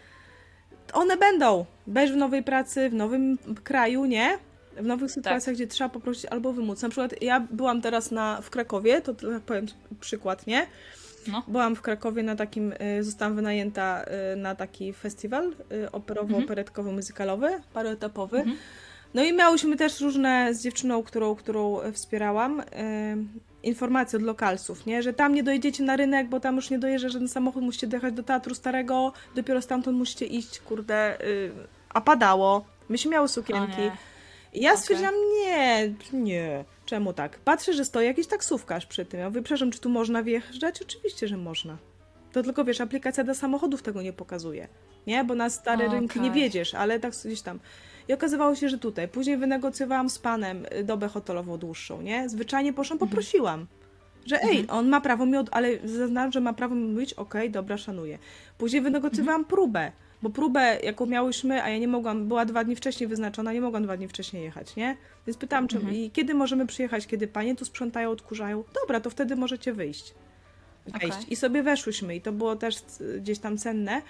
one będą, będziesz w nowej pracy, w nowym kraju, nie? W nowych sytuacjach, gdzie trzeba poprosić albo wymóc. Na przykład ja byłam teraz na, w Krakowie, to tak powiem przykład, nie? No. Byłam w Krakowie na takim, y, zostałam wynajęta y, na taki festiwal y, operowo-operetkowo-muzykalowy, paroetapowy. Mhm. No i miałyśmy też różne z dziewczyną, którą, którą wspierałam, y, informacje od lokalsów, nie? Że tam nie dojedziecie na rynek, bo tam już nie dojeżdża żaden samochód, musicie dojechać do Teatru Starego, dopiero stamtąd musicie iść, kurde, y, a padało. Myśmy miały sukienki. nie. I ja Okej. stwierdziłam, nie, nie, czemu tak? Patrzę, że stoi jakiś taksówkarz przy tym. Ja mówię, przepraszam, czy tu można wjeżdżać? Oczywiście, że można. To tylko, wiesz, aplikacja dla samochodów tego nie pokazuje, nie? Bo na stare Okej. rynki nie wiedziesz, ale tak gdzieś tam. I okazywało się, że tutaj. Później wynegocjowałam z panem y, dobę hotelową dłuższą, nie? Zwyczajnie poszłam, poprosiłam. Że ej, on ma prawo mi, od... ale zaznam, że ma prawo mi mówić, okej, dobra, szanuję. Później wynegocjowałam próbę, bo próbę, jaką miałyśmy, a ja nie mogłam, była dwa dni wcześniej wyznaczona, nie mogłam dwa dni wcześniej jechać, nie? Więc pytałam, czy i kiedy możemy przyjechać, kiedy panie tu sprzątają, odkurzają? Dobra, to wtedy możecie wyjść. Wejść. Okej. I sobie weszłyśmy i to było też y, gdzieś tam cenne.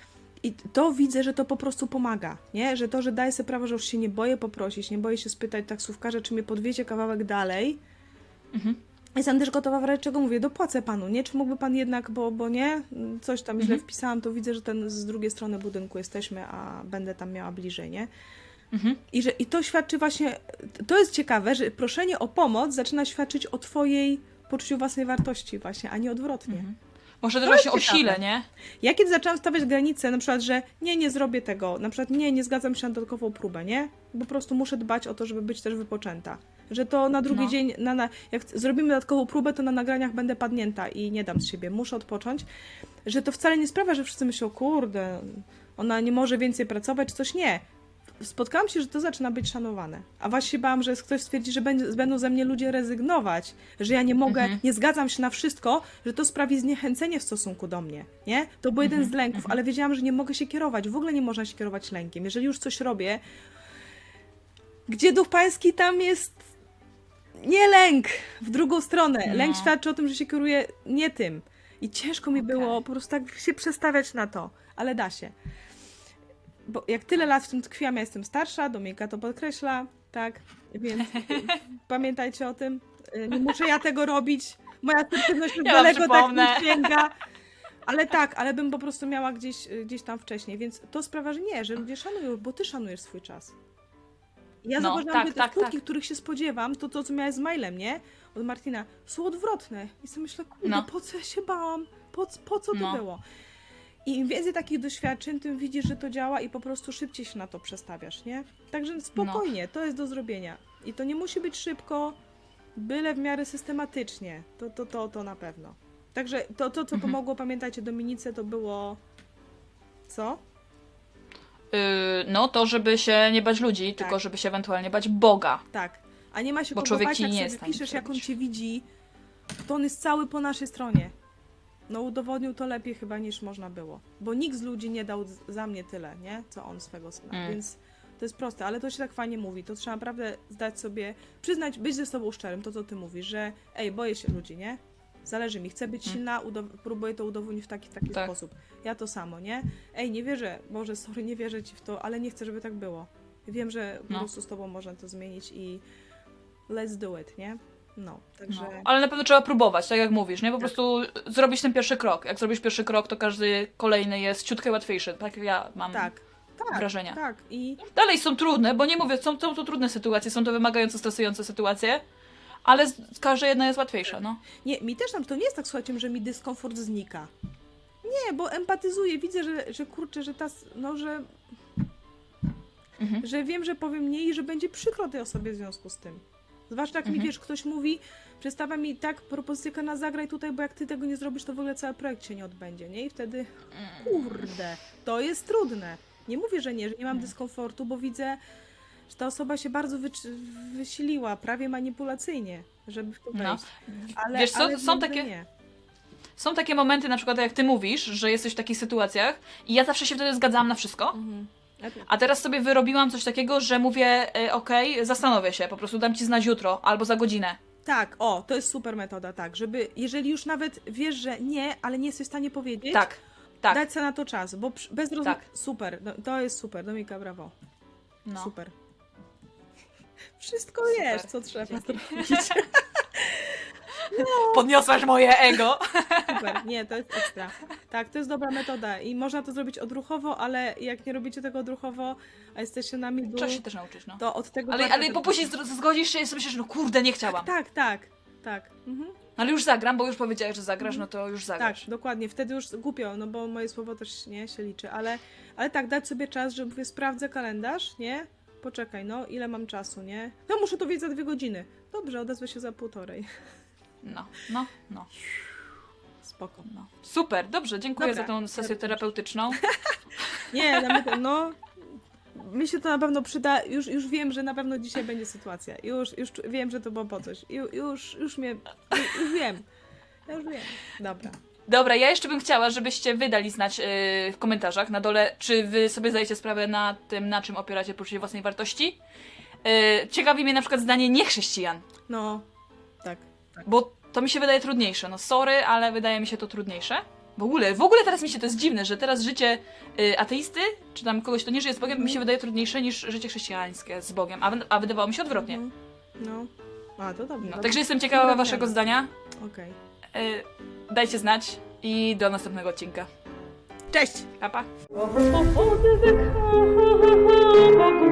I to widzę, że to po prostu pomaga, nie? Że to, że daję sobie prawo, że już się nie boję poprosić, nie boję się spytać taksówkarza, czy mnie podwiezie kawałek dalej. Mhm. Jestem też gotowa w razie czego mówię, dopłacę panu, nie? Czy mógłby pan jednak, bo, bo nie? Coś tam źle Mhm. wpisałam, to widzę, że ten z drugiej strony budynku jesteśmy, a będę tam miała bliżej, nie? Mhm. I, że, I to świadczy właśnie, to jest ciekawe, że proszenie o pomoc zaczyna świadczyć o twojej poczuciu własnej wartości właśnie, a nie odwrotnie. Mhm. Może też To jest właśnie o ciekawe. sile, nie? Ja kiedy zaczęłam stawiać granice, na przykład, że nie, nie zrobię tego, na przykład nie, nie zgadzam się na dodatkową próbę, nie? Po prostu muszę dbać o to, żeby być też wypoczęta. Że to na drugi No. dzień, na, na, jak zrobimy dodatkową próbę, to na nagraniach będę padnięta i nie dam z siebie, muszę odpocząć. Że to wcale nie sprawia, że wszyscy myślą, kurde, ona nie może więcej pracować, czy coś, nie. Spotkałam się, że to zaczyna być szanowane. A właśnie się bałam, że ktoś stwierdzi, że będzie, będą ze mnie ludzie rezygnować, że ja nie mogę, Mhm. nie zgadzam się na wszystko, że to sprawi zniechęcenie w stosunku do mnie, nie? To był jeden z lęków, ale wiedziałam, że nie mogę się kierować. W ogóle nie można się kierować lękiem. Jeżeli już coś robię, gdzie duch pański, tam jest nie lęk, w drugą stronę. No. Lęk świadczy o tym, że się kieruję nie tym. I ciężko mi Okej. było po prostu tak się przestawiać na to, ale da się. Bo jak tyle lat w tym tkwiłam, ja jestem starsza, Dominika to podkreśla, tak? Więc y, pamiętajcie o tym. Y, Nie muszę ja tego robić. Moja asertywność Ja wam daleko tak przypomnę. nie sięga. Ale tak, ale bym po prostu miała gdzieś, y, gdzieś tam wcześniej, więc to sprawia, że nie, że ludzie szanują, bo ty szanujesz swój czas. I ja No, zauważyłam, tak, że te tak, skutki, tak. których się spodziewam, to to, co miałeś z mailem, nie? Od Martina, są odwrotne. I sobie myślę, kurde, No. po co ja się bałam? Po, po co to No. było? I im więcej takich doświadczeń, tym widzisz, że to działa i po prostu szybciej się na to przestawiasz, nie? Także spokojnie, to jest do zrobienia. I to nie musi być szybko, byle w miarę systematycznie. To, to, to, to na pewno. Także to, to co Mhm. pomogło, pamiętajcie, Dominice, to było... Co? Yy, no to, żeby się nie bać ludzi, Tak. tylko żeby się ewentualnie bać Boga. Tak. A nie ma się Bo kogo człowiek bać, ci jak nie sobie jest w stanie piszesz, jak on przebić. cię widzi, to on jest cały po naszej stronie. No udowodnił to lepiej chyba niż można było. Bo nikt z ludzi nie dał z- za mnie tyle, nie? Co on swego syna. Mm. Więc to jest proste, ale to się tak fajnie mówi. To trzeba naprawdę zdać sobie, przyznać, być ze sobą szczerym, to co ty mówisz, że ej, boję się ludzi, nie? Zależy mi, chcę być Mm. silna, udow- próbuję to udowodnić w taki, w taki Tak. sposób. Ja to samo, nie? Ej, nie wierzę, Boże, sorry, nie wierzę ci w to, ale nie chcę, żeby tak było. Wiem, że po No. prostu z tobą można to zmienić i let's do it, nie? No, także... No. Ale na pewno trzeba próbować, tak jak mówisz, nie? Po Tak. prostu zrobić ten pierwszy krok. Jak zrobisz pierwszy krok, to każdy kolejny jest ciutkę łatwiejszy, tak jak ja mam Tak. tak, wrażenia. Tak, i Dalej są trudne, bo nie mówię, są, są to trudne sytuacje, są to wymagające, stresujące sytuacje, ale z- każda jedna jest łatwiejsza, no. nie, mi też tam to nie jest tak, słuchajcie, że mi dyskomfort znika. Nie, bo empatyzuję, widzę, że, że kurczę, że ta, s- no, że, Mhm. że wiem, że powiem nie i że będzie przykro tej osobie w związku z tym. Zwłaszcza jak mi, Mhm. wiesz, ktoś mówi, przedstawia mi tak propozycję, Kana, zagraj tutaj, bo jak ty tego nie zrobisz, to w ogóle cały projekt się nie odbędzie, nie? I wtedy, kurde, to jest trudne. Nie mówię, że nie, że nie mam dyskomfortu, bo widzę, że ta osoba się bardzo wyczy- wysiliła, prawie manipulacyjnie, żeby w to No. wejść. Ale, Wiesz co, ale są wiem, że takie- nie. Są takie momenty, na przykład jak ty mówisz, że jesteś w takich sytuacjach i ja zawsze się wtedy zgadzałam na wszystko, Mhm. Ja też. a teraz sobie wyrobiłam coś takiego, że mówię, e, okej, zastanowię się, po prostu dam ci znać jutro albo za godzinę. Tak, o, to jest super metoda, tak, żeby, jeżeli już nawet wiesz, że nie, ale nie jesteś w stanie powiedzieć, Tak, tak, dać sobie na to czas, bo przy- bez rozmowy, Tak. super, no, to jest super, Dominika, brawo, no. super. Wszystko Super. wiesz, co trzeba Dzięki. zrobić. Podniosłaś moje ego. Super, nie, to jest ekstra. Tak, to jest dobra metoda i można to zrobić odruchowo, ale jak nie robicie tego odruchowo, a jesteście na midu, Trzeba się też nauczyć, no. to od tego... Ale, bardzo ale tego- po później zro- zgodzisz się i sobie myślisz, no kurde, nie chciałam. Tak, tak, tak. Mhm. Ale już zagram, bo już powiedziałeś, że zagrasz, no to już Tak, zagrasz. dokładnie. Wtedy już głupio, no bo moje słowo też nie się liczy, ale, ale tak, dać sobie czas, że mówię, sprawdzę kalendarz, nie? Poczekaj, no, ile mam czasu, nie? No muszę to wiedzieć za dwie godziny. Dobrze, odezwę się za półtorej. No, no, no, Spoko. no. Super, dobrze, dziękuję Dobra, za tą sesję ja też. terapeutyczną. Nie, na my- no, mi się to na pewno przyda. Już, już wiem, że na pewno dzisiaj będzie sytuacja. Już, już czu- wiem, że to było po coś. Ju, już, już mnie, już, już wiem. Ja już wiem. Dobra. Dobra, ja jeszcze bym chciała, żebyście wy dali znać yy, w komentarzach na dole, czy wy sobie zdajecie sprawę na tym, na czym opieracie poczucie własnej wartości. Yy, ciekawi mnie na przykład zdanie niechrześcijan, No, tak. bo to mi się wydaje trudniejsze. No sorry, ale wydaje mi się to trudniejsze. W ogóle, w ogóle teraz mi się to jest dziwne, że teraz życie y, ateisty, czy tam kogoś, kto nie żyje z Bogiem, mi się wydaje trudniejsze niż życie chrześcijańskie z Bogiem, a, wy- a wydawało mi się odwrotnie. Mhm. No. A, to dobrze. No, także jestem ciekawa Dobra waszego zmiana. zdania. Okej. Y, dajcie znać i do następnego odcinka. Cześć! Pa, pa. Bo